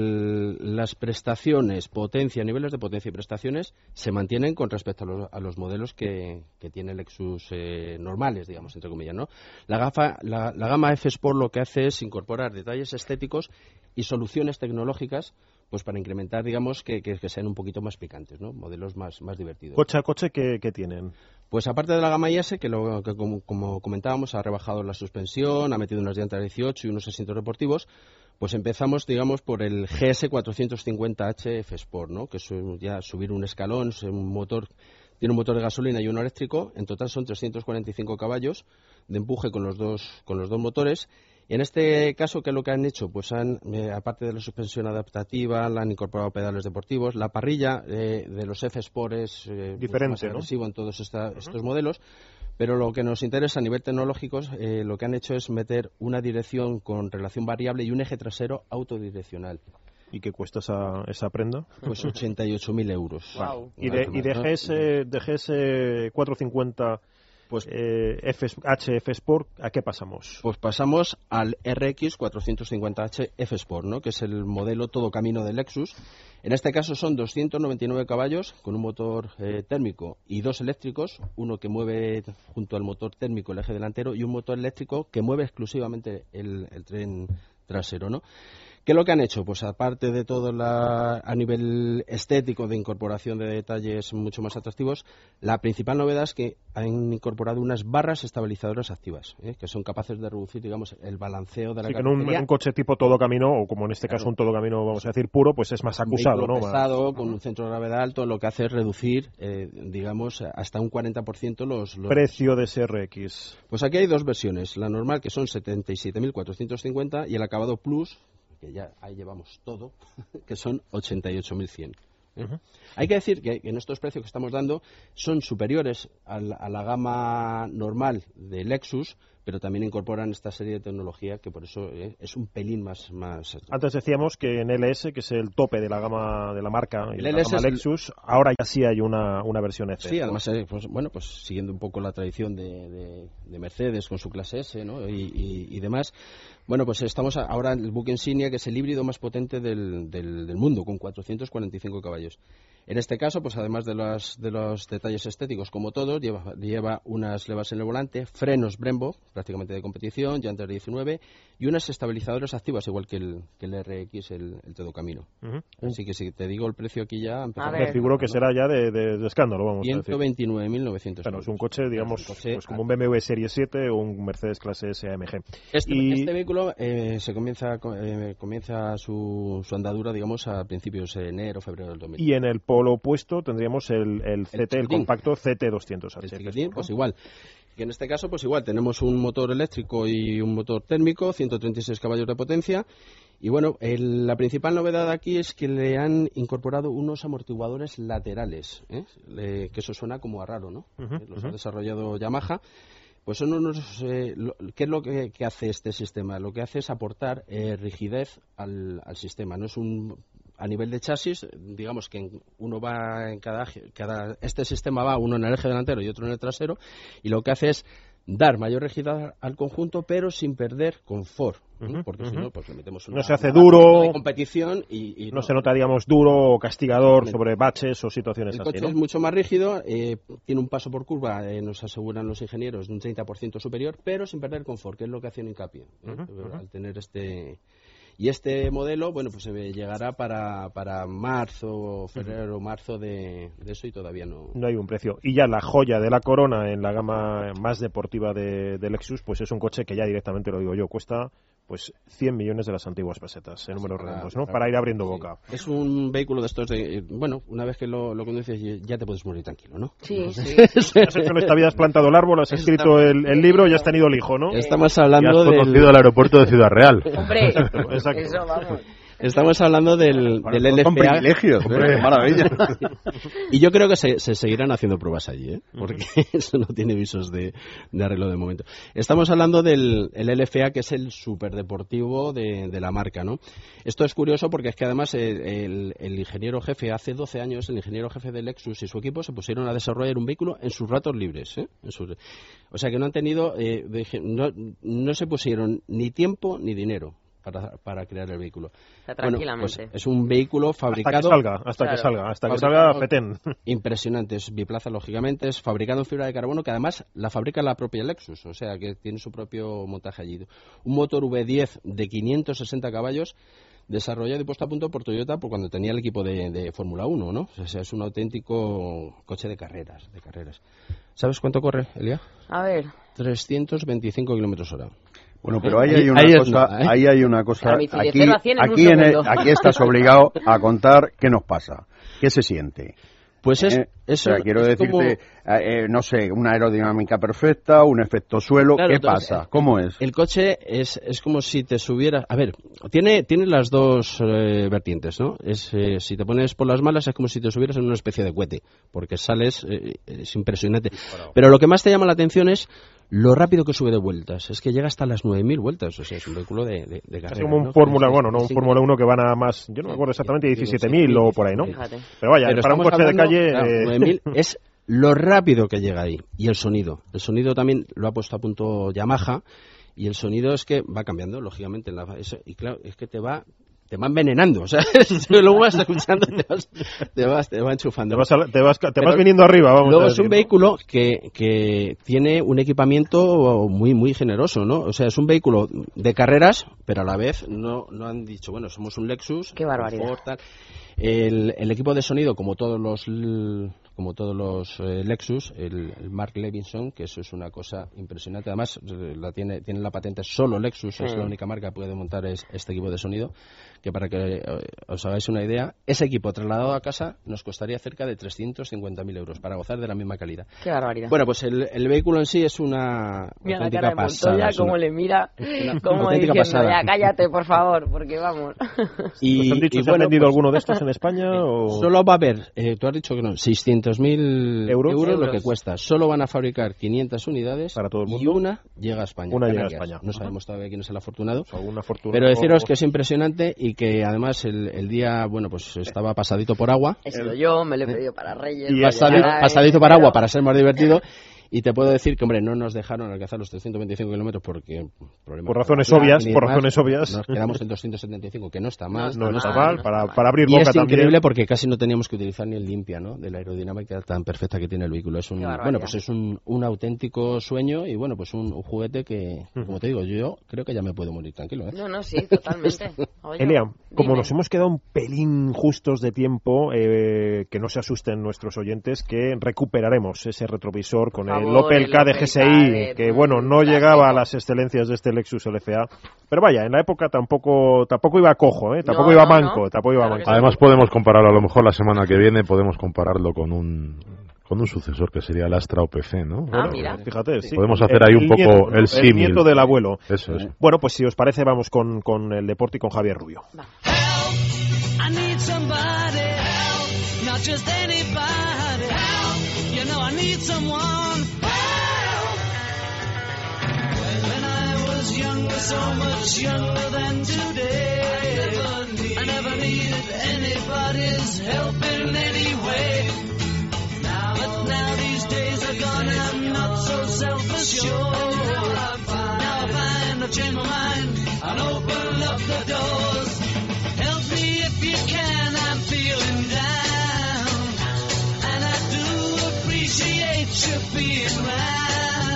las prestaciones, niveles de potencia y prestaciones se mantienen con respecto a los modelos que tiene Lexus normales, digamos, entre comillas, ¿no? La gama F-Sport lo que hace es incorporar detalles estéticos y soluciones tecnológicas pues para incrementar, digamos, que sean un poquito más picantes, ¿no? Modelos más divertidos. ¿Coche a coche qué tienen? Pues aparte de la gama IS, que como comentábamos, ha rebajado la suspensión, ha metido unas llantas 18 y unos asientos deportivos, pues empezamos, digamos, por el GS450H F-Sport, ¿no? Que es ya subir un escalón, tiene un motor de gasolina y uno eléctrico, en total son 345 caballos de empuje con los dos motores. Y en este caso, ¿qué es lo que han hecho? Pues aparte de la suspensión adaptativa, le han incorporado pedales deportivos. La parrilla de los F-Sport es diferente, más agresivo, ¿no? En todos estos modelos. Pero lo que nos interesa a nivel tecnológico, lo que han hecho es meter una dirección con relación variable y un eje trasero autodireccional. ¿Y qué cuesta esa prenda? Pues 88.000 euros. Wow. ¿Y de GS 450 Pues HF Sport, ¿a qué pasamos? Pues pasamos al RX 450H F Sport, ¿no? Que es el modelo todo camino de Lexus. En este caso son 299 caballos con un motor térmico y 2 eléctricos, uno que mueve junto al motor térmico el eje delantero y un motor eléctrico que mueve exclusivamente el tren trasero, ¿no? ¿Qué es lo que han hecho? Pues aparte de todo a nivel estético de incorporación de detalles mucho más atractivos, la principal novedad es que han incorporado unas barras estabilizadoras activas, que son capaces de reducir, digamos, el balanceo de la carrocería. Que en un coche tipo todo camino, o como en este caso un todo camino, vamos a decir, puro, pues es más acusado, ¿no? Pesado, con un centro de gravedad alto, lo que hace es reducir, digamos, hasta un 40% los... Precio de ese RX. Pues aquí hay dos versiones, la normal, que son 77.450, y el acabado Plus, que ya ahí llevamos todo, que son 88.100. Hay que decir que en estos precios que estamos dando son superiores a la gama normal de Lexus, pero también incorporan esta serie de tecnología que por eso es un pelín más... Antes decíamos que en LS, que es el tope de la gama de la marca y la LS gama Lexus, ahora ya sí hay una versión F. Sí, además, pues siguiendo un poco la tradición de Mercedes con su clase S, ¿no? y demás. Bueno, pues estamos ahora en el buque insignia, que es el híbrido más potente del mundo, con 445 caballos. En este caso, pues además de los detalles estéticos, como todos, lleva unas levas en el volante, frenos Brembo, prácticamente de competición, llantas de 19, y unas estabilizadoras activas, igual que el RX, el todo camino. Así que si te digo el precio aquí ya... Me figuro que será ya de escándalo, vamos a decir. 129.900. Bueno, es un coche, digamos, pues como un BMW Serie 7 o un Mercedes clase S AMG. Este vehículo se comienza su andadura, digamos, a principios de enero, febrero del 2000. Y en el polo opuesto tendríamos el CT, el compacto CT200H. El chiquitín, pues igual. Que en este caso, pues igual, tenemos un motor eléctrico y un motor térmico, 136 caballos de potencia. Y bueno, la principal novedad aquí es que le han incorporado unos amortiguadores laterales, que eso suena como a raro, ¿no? Los ha desarrollado Yamaha. Pues son unos... ¿Qué es lo que hace este sistema? Lo que hace es aportar rigidez al sistema. No es a nivel de chasis, digamos que uno va en este sistema va uno en el eje delantero y otro en el trasero, y lo que hace es dar mayor rigidez al conjunto, pero sin perder confort, porque si no, pues le metemos no se hace duro de competición y no se nota, digamos, duro o castigador sobre baches o situaciones así. El coche es mucho más rígido, tiene un paso por curva, nos aseguran los ingenieros, de un 30% superior, pero sin perder confort, que es lo que hacen hincapié al tener este... Y este modelo, bueno, pues llegará para marzo, febrero o marzo de eso, y todavía no... No hay un precio. Y ya la joya de la corona en la gama más deportiva de Lexus, pues es un coche que ya directamente, lo digo yo, cuesta pues 100 millones de las antiguas pesetas, en números redondos, ¿no? Para ir abriendo boca. Es un vehículo de estos de... Bueno, una vez que lo conduces ya te puedes morir tranquilo, ¿no? Sí. Ya sé que en esta vida has plantado el árbol, has escrito el libro y has tenido el hijo, ¿no? Estamos hablando y has conocido el aeropuerto de Ciudad Real. Hombre, exacto. Eso vamos. Estamos hablando del LFA. Con privilegios, qué maravilla. Y yo creo que se seguirán haciendo pruebas allí, porque eso no tiene visos de arreglo de momento. Estamos hablando del LFA, que es el superdeportivo de la marca, ¿no? Esto es curioso porque es que además el ingeniero jefe, hace 12 años, el ingeniero jefe de Lexus y su equipo se pusieron a desarrollar un vehículo en sus ratos libres, o sea que no han tenido, no se pusieron ni tiempo ni dinero para crear el vehículo. O sea, tranquilamente. Bueno, pues es un vehículo fabricado... Hasta que salga Petén. Impresionante, es biplaza, lógicamente, es fabricado en fibra de carbono, que además la fabrica la propia Lexus, o sea que tiene su propio montaje allí. Un motor V10 de 560 caballos, desarrollado y puesto a punto por Toyota por cuando tenía el equipo de Fórmula 1, ¿no? O sea, es un auténtico coche de carreras. ¿Sabes cuánto corre, Elia? A ver. 325 kilómetros hora. Bueno, pero ahí hay una cosa. Aquí estás obligado a contar qué nos pasa, qué se siente. Pues eso. O sea, quiero decirte, no sé, una aerodinámica perfecta, un efecto suelo, claro, ¿qué pasa? ¿Cómo es? El coche es como si te subieras... A ver, tiene las dos vertientes, ¿no? Si te pones por las malas es como si te subieras en una especie de cohete, porque sales, es impresionante. Pero lo que más te llama la atención es lo rápido que sube de vueltas. Es que llega hasta las 9.000 vueltas, o sea, es un vehículo de carrera. Es como un Fórmula, un Fórmula 1 que van a más, yo no me acuerdo exactamente, 17.000 o por ahí, ¿no? Fíjate. Pero vaya, para un coche de calle... Claro, 9.000 es lo rápido que llega ahí y el sonido. El sonido también lo ha puesto a punto Yamaha y el sonido es que va cambiando, lógicamente. Y claro, es que te va envenenando, o sea, luego vas escuchando, te va enchufando. Te vas viniendo arriba, vamos. Luego es un vehículo que tiene un equipamiento muy muy generoso, ¿no? O sea, es un vehículo de carreras, pero a la vez no han dicho, bueno, somos un Lexus. Qué barbaridad. Confort, tal. El equipo de sonido, como todos los Lexus, el Mark Levinson, que eso es una cosa impresionante. Además, tiene la patente solo Lexus, es la única marca que puede montar este equipo de sonido, que para que os hagáis una idea, ese equipo trasladado a casa nos costaría cerca de 350.000 euros para gozar de la misma calidad. Qué barbaridad. Bueno, pues el vehículo en sí es una mira auténtica la cara pasada. De Montoya, cómo le mira, como diciendo, pasada. Ya cállate, por favor, porque vamos. ¿Os han dicho si han vendido alguno de estos en España? O... Solo va a haber, tú has dicho que no, 600.000 euros lo que cuesta. Solo van a fabricar 500 unidades para todo el mundo. Y una llega a España. Una llega a España. No sabemos todavía quién es el afortunado. Pero deciros que es impresionante y que además el día, bueno, pues estaba pasadito por agua. He sido yo, me lo he pedido para Reyes. Y pasadito por agua para ser más divertido. Y te puedo decir que, hombre, no nos dejaron alcanzar los 325 kilómetros porque... Por razones obvias. Nos quedamos en 275, que no está mal. No está mal, para abrir boca también. Y es increíble porque casi no teníamos que utilizar ni el limpia, ¿no? De la aerodinámica tan perfecta que tiene el vehículo. Es un auténtico sueño y, bueno, pues un juguete que, como te digo, yo creo que ya me puedo morir tranquilo, ¿eh? No, sí, totalmente. Oye, Elia, como nos hemos quedado un pelín justos de tiempo, que no se asusten nuestros oyentes, que recuperaremos ese retrovisor con el Opel K de GSI, que bueno, no llegaba a las excelencias de este Lexus LCA, pero vaya, en la época tampoco iba cojo, tampoco iba manco. Además podemos compararlo, a lo mejor la semana que viene podemos compararlo con un sucesor que sería el Astra OPC, ¿no? Bueno, mira. Fíjate, sí. Podemos hacer ahí un poco el símil. El nieto del abuelo. Eso es. Bueno, pues si os parece vamos con el deporte y con Javier Rubio. Younger, so much younger than today. I never needed anybody's help in any way. But now these days are gone and I'm not so self-assured. Now I find I've changed my mind and open up the doors. Help me if you can, I'm feeling down. And I do appreciate you being round.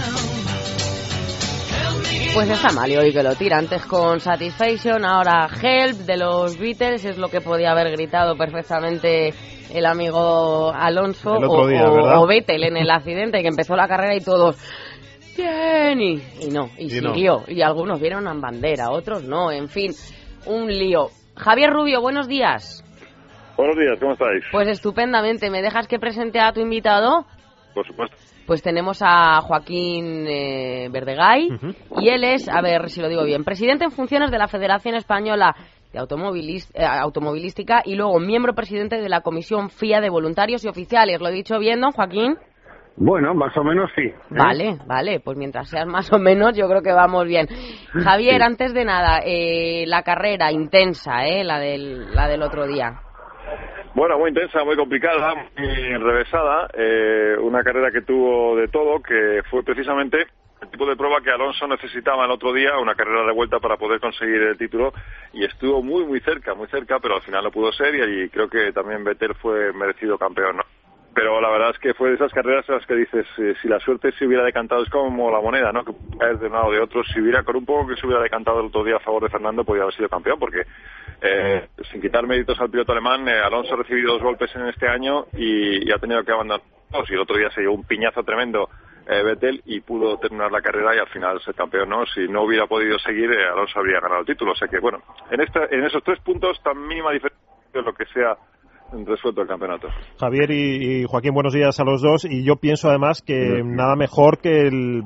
Pues está mal y hoy que lo tira. Antes con Satisfaction, ahora Help de los Beatles, es lo que podía haber gritado perfectamente el amigo Alonso el otro día, ¿verdad? O Vettel en el accidente, que empezó la carrera y todos bien, y no, y siguió. No. Y algunos vieron en bandera, otros no, en fin, un lío. Javier Rubio, buenos días. Buenos días, ¿cómo estáis? Pues estupendamente. ¿Me dejas que presente a tu invitado? Por supuesto. Pues tenemos a Joaquín Verdegay, y él es, a ver si lo digo bien, presidente en funciones de la Federación Española de Automovilística y luego miembro presidente de la Comisión FIA de Voluntarios y Oficiales. ¿Lo he dicho bien, don Joaquín? Bueno, más o menos sí. Vale, pues mientras seas más o menos yo creo que vamos bien. Javier, sí. Antes de nada, la carrera intensa, la del otro día. Bueno, muy intensa, muy complicada, muy enrevesada, una carrera que tuvo de todo, que fue precisamente el tipo de prueba que Alonso necesitaba el otro día, una carrera de vuelta para poder conseguir el título, y estuvo muy cerca, pero al final no pudo ser, y creo que también Vettel fue merecido campeón, ¿no? Pero la verdad es que fue de esas carreras en las que dices, si la suerte se hubiera decantado, es como la moneda, ¿no? Que puede caer de un lado o de otro. Si hubiera, con un poco que se hubiera decantado el otro día a favor de Fernando, podría haber sido campeón, porque sin quitar méritos al piloto alemán, Alonso ha recibido 2 golpes en este año y ha tenido que abandonar. Y el otro día se llevó un piñazo tremendo Vettel y pudo terminar la carrera y al final ser campeón, ¿no? Si no hubiera podido seguir, Alonso habría ganado el título. O sea que, bueno, en esos 3 puntos, tan mínima diferencia de lo que sea resuelto el campeonato. Javier y Joaquín, buenos días a los dos, y yo pienso además que nada mejor que el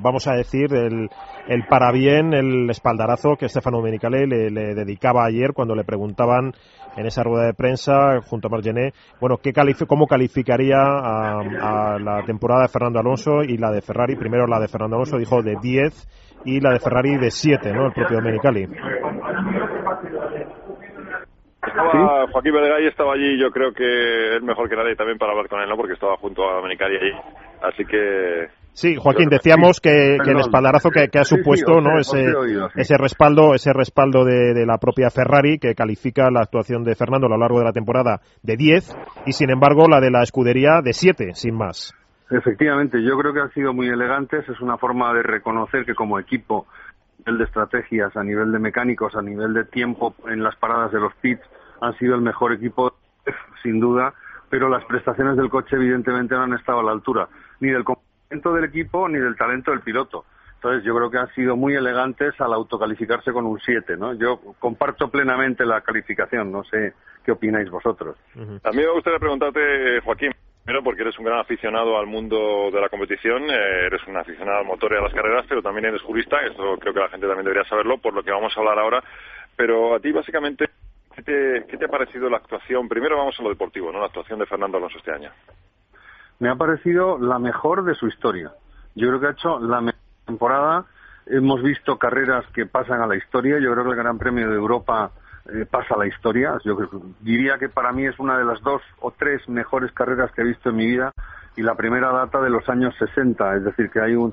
parabién, el espaldarazo que Stefano Domenicali le dedicaba ayer cuando le preguntaban en esa rueda de prensa junto a Margené, bueno, cómo calificaría a la temporada de Fernando Alonso y la de Ferrari. Primero la de Fernando Alonso dijo de 10 y la de Ferrari de 7, ¿no? El propio Domenicali. Joaquín Vergay estaba allí, yo creo que es mejor que nadie también para hablar con él, ¿no? Porque estaba junto a Domenicali allí, así que... Sí, Joaquín, decíamos que el espaldarazo que ha supuesto, ¿no? Ese respaldo de la propia Ferrari, que califica la actuación de Fernando a lo largo de la temporada de 10, y sin embargo la de la escudería de 7, sin más. Efectivamente, yo creo que han sido muy elegantes, es una forma de reconocer que como equipo, a nivel de estrategias, a nivel de mecánicos, a nivel de tiempo en las paradas de los pits, han sido el mejor equipo, sin duda, pero las prestaciones del coche evidentemente no han estado a la altura, ni del del equipo ni del talento del piloto. Entonces yo creo que han sido muy elegantes al autocalificarse con un 7, ¿no? Yo comparto plenamente la calificación, no sé qué opináis vosotros. A mí me gustaría preguntarte, Joaquín, primero porque eres un gran aficionado al mundo de la competición, eres un aficionado al motor y a las carreras, pero también eres jurista, esto creo que la gente también debería saberlo, por lo que vamos a hablar ahora, pero a ti básicamente, ¿qué te ha parecido la actuación? Primero vamos a lo deportivo, ¿no? La actuación de Fernando Alonso este año. Me ha parecido la mejor de su historia. Yo creo que ha hecho la mejor temporada. Hemos visto carreras que pasan a la historia. Yo creo que el Gran Premio de Europa pasa a la historia. Yo diría que para mí es una de las 2 o 3 mejores carreras que he visto en mi vida, y la primera data de los años 60, es decir, que hay una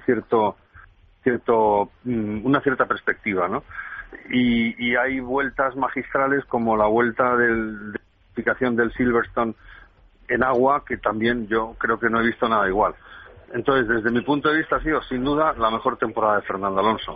cierta perspectiva, ¿no? Y hay vueltas magistrales como la vuelta de clasificación del Silverstone en agua, que también yo creo que no he visto nada igual. Entonces, desde mi punto de vista, ha sido sin duda la mejor temporada de Fernando Alonso.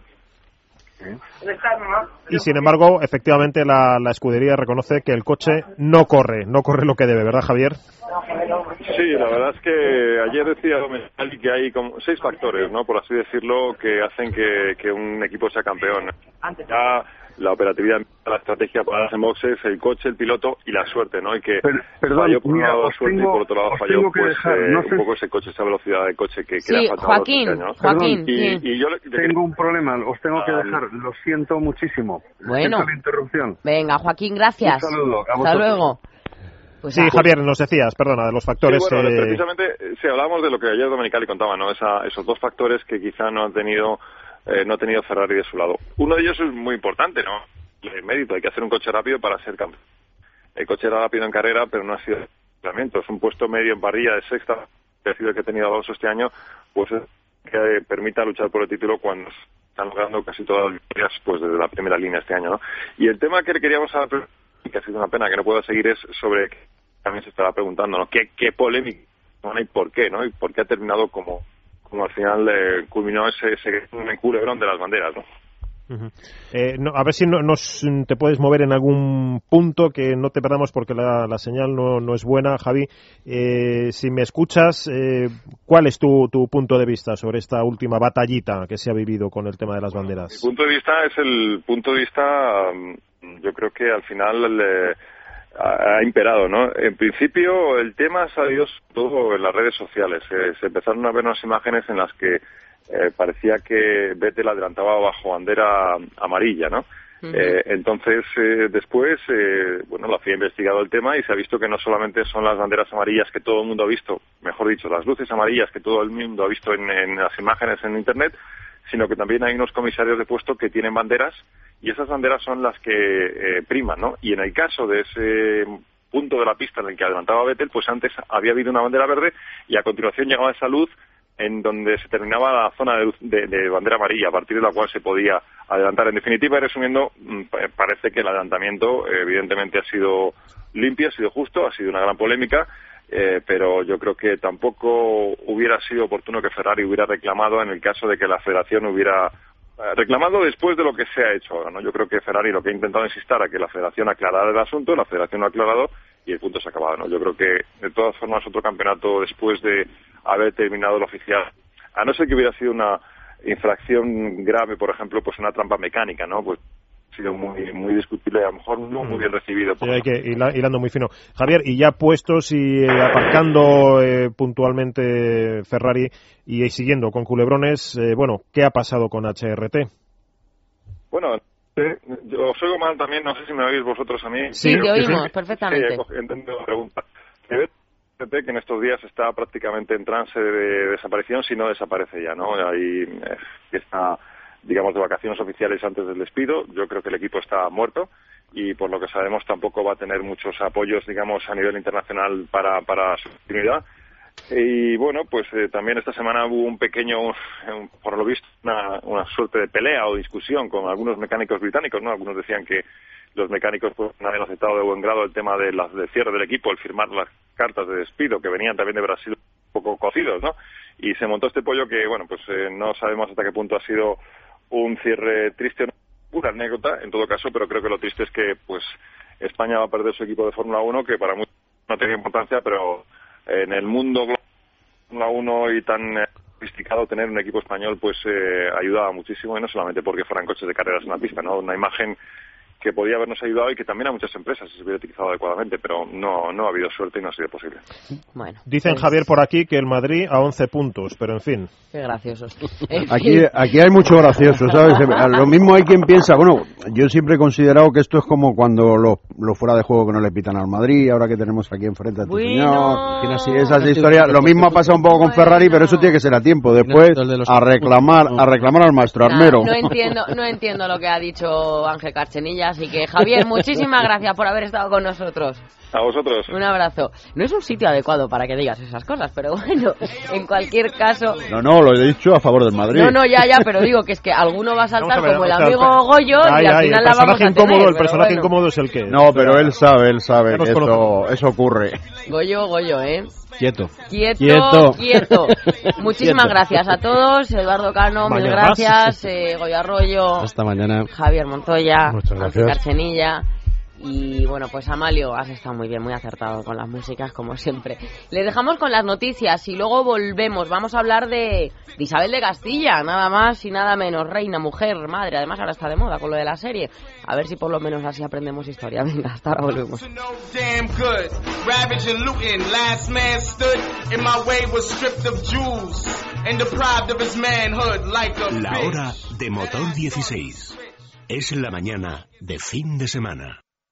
Y sin embargo, efectivamente, la escudería reconoce que el coche no corre lo que debe, ¿verdad, Javier? Sí, la verdad es que ayer decía Domenicali que hay como 6 factores, ¿no? Por así decirlo, que hacen que un equipo sea campeón. Ya la operatividad, la estrategia para las boxes, el coche, el piloto y la suerte, ¿no? Y que falló por un lado suerte y por otro lado falló pues, un poco ese coche, esa velocidad de coche que sí, le ha faltado Joaquín, este año, ¿no? Joaquín, y yo tengo un problema, os tengo que dejar, lo siento muchísimo. Bueno, la interrupción. Venga, Joaquín, gracias. Un saludo, hasta luego. Pues sí, Javier, nos decías, perdona, de los factores... Sí, bueno, precisamente, si hablábamos de lo que ayer Domenicali contaba, ¿no? Esos 2 factores que quizá no ha tenido Ferrari de su lado. Uno de ellos es muy importante, ¿no? El mérito, hay que hacer un coche rápido para ser campeón. El coche era rápido en carrera, pero no ha sido entrenamiento. Es un puesto medio en parrilla de sexta, que ha sido el que ha tenido Alonso este año, pues que permita luchar por el título cuando están logrando casi todas las victorias pues desde la primera línea este año, ¿no? Y el tema que le queríamos saber, y que ha sido una pena que no pueda seguir, es sobre, también se estará preguntando, ¿no? ¿Qué polémica y por qué, ¿no? Y por qué ha terminado como al final culminó ese culebrón de las banderas, ¿no? A ver si te puedes mover en algún punto que no te perdamos porque la señal no es buena, Javi. Si me escuchas, ¿cuál es tu punto de vista sobre esta última batallita que se ha vivido con el tema de las banderas? Mi punto de vista es el punto de vista, yo creo que al final ha imperado, ¿no? En principio el tema ha salido todo en las redes sociales. Se empezaron a ver unas imágenes en las que parecía que Vettel adelantaba bajo bandera amarilla, ¿no? Entonces, después, la FIA ha investigado el tema y se ha visto que no solamente son las banderas amarillas que todo el mundo ha visto, mejor dicho, las luces amarillas que todo el mundo ha visto en las imágenes en Internet, sino que también hay unos comisarios de puesto que tienen banderas y esas banderas son las que priman, ¿no? Y en el caso de ese punto de la pista en el que adelantaba Vettel, pues antes había habido una bandera verde y a continuación llegaba esa luz en donde se terminaba la zona de bandera amarilla, a partir de la cual se podía adelantar. En definitiva, y resumiendo, parece que el adelantamiento evidentemente ha sido limpio, ha sido justo, ha sido una gran polémica, pero yo creo que tampoco hubiera sido oportuno que Ferrari hubiera reclamado en el caso de que la Federación hubiera reclamado después de lo que se ha hecho ahora, ¿no? Yo creo que Ferrari lo que ha intentado es insistir a que la Federación aclarara el asunto, la Federación lo ha aclarado y el punto se ha acabado, ¿no? Yo creo que, de todas formas, otro campeonato después de haber terminado el oficial, a no ser que hubiera sido una infracción grave, por ejemplo, pues una trampa mecánica, ¿no? Pues ha sido muy discutible, a lo mejor no muy bien recibido. Sí, hay que hilando muy fino. Javier, y ya puestos y aparcando puntualmente Ferrari y siguiendo con culebrones, ¿qué ha pasado con HRT? Bueno, yo os oigo mal también, no sé si me oís vosotros a mí. Sí, te oímos perfectamente. Sí, entiendo la pregunta. Que en estos días está prácticamente en trance de desaparición, si no desaparece ya, ¿no? Ahí está digamos, de vacaciones oficiales antes del despido. Yo creo que el equipo está muerto y, por lo que sabemos, tampoco va a tener muchos apoyos, digamos, a nivel internacional para su continuidad. Y bueno, pues también esta semana hubo un pequeño, por lo visto, una suerte de pelea o discusión con algunos mecánicos británicos, ¿no? Algunos decían que los mecánicos pues no habían aceptado de buen grado el tema del cierre del equipo, el firmar las cartas de despido que venían también de Brasil un poco cocidos, ¿no? Y se montó este pollo que, bueno, pues no sabemos hasta qué punto ha sido un cierre triste, pura anécdota en todo caso, pero creo que lo triste es que pues España va a perder su equipo de Fórmula 1, que para muchos no tiene importancia, pero en el mundo global de Fórmula 1 y tan sofisticado, tener un equipo español pues ayudaba muchísimo, y no solamente porque fueran coches de carreras en la pista, ¿no? Una imagen que podía habernos ayudado y que también a muchas empresas se hubiera utilizado adecuadamente, pero no ha habido suerte y no ha sido posible. Bueno, dicen, pues, Javier, por aquí que el Madrid a 11 puntos, pero en fin. Qué graciosos. Aquí hay mucho gracioso, ¿sabes? Lo mismo hay quien piensa, bueno, yo siempre he considerado que esto es como cuando los fuera de juego que no le pitan al Madrid, ahora que tenemos aquí enfrente a tu señor, así, esas historias. Lo mismo ha pasado un poco con Ferrari, pero eso tiene que ser a tiempo, después a reclamar al maestro Armero. No entiendo lo que ha dicho Ángel Carchenilla. Así que, Javier, muchísimas gracias por haber estado con nosotros. A vosotros. Un abrazo. No es un sitio adecuado para que digas esas cosas, pero bueno, en cualquier caso... No, lo he dicho a favor del Madrid. No, ya, pero digo que es que alguno va a saltar como el amigo Goyo y al final la vamos a tener. El personaje incómodo es el que... No, pero él sabe que eso ocurre. Goyo, ¿eh? Quieto. Muchísimas gracias a todos. Eduardo Cano, mil gracias. Goyo Arroyo. Hasta mañana. Javier Montoya. Muchas gracias. Carchenilla. Y bueno, pues Amalio, has estado muy bien, muy acertado con las músicas, como siempre. Le dejamos con las noticias y luego volvemos. Vamos a hablar de Isabel de Castilla, nada más y nada menos. Reina, mujer, madre. Además ahora está de moda con lo de la serie. A ver si por lo menos así aprendemos historia. Venga, hasta ahora volvemos. La hora de Motor 16. Es la mañana de fin de semana.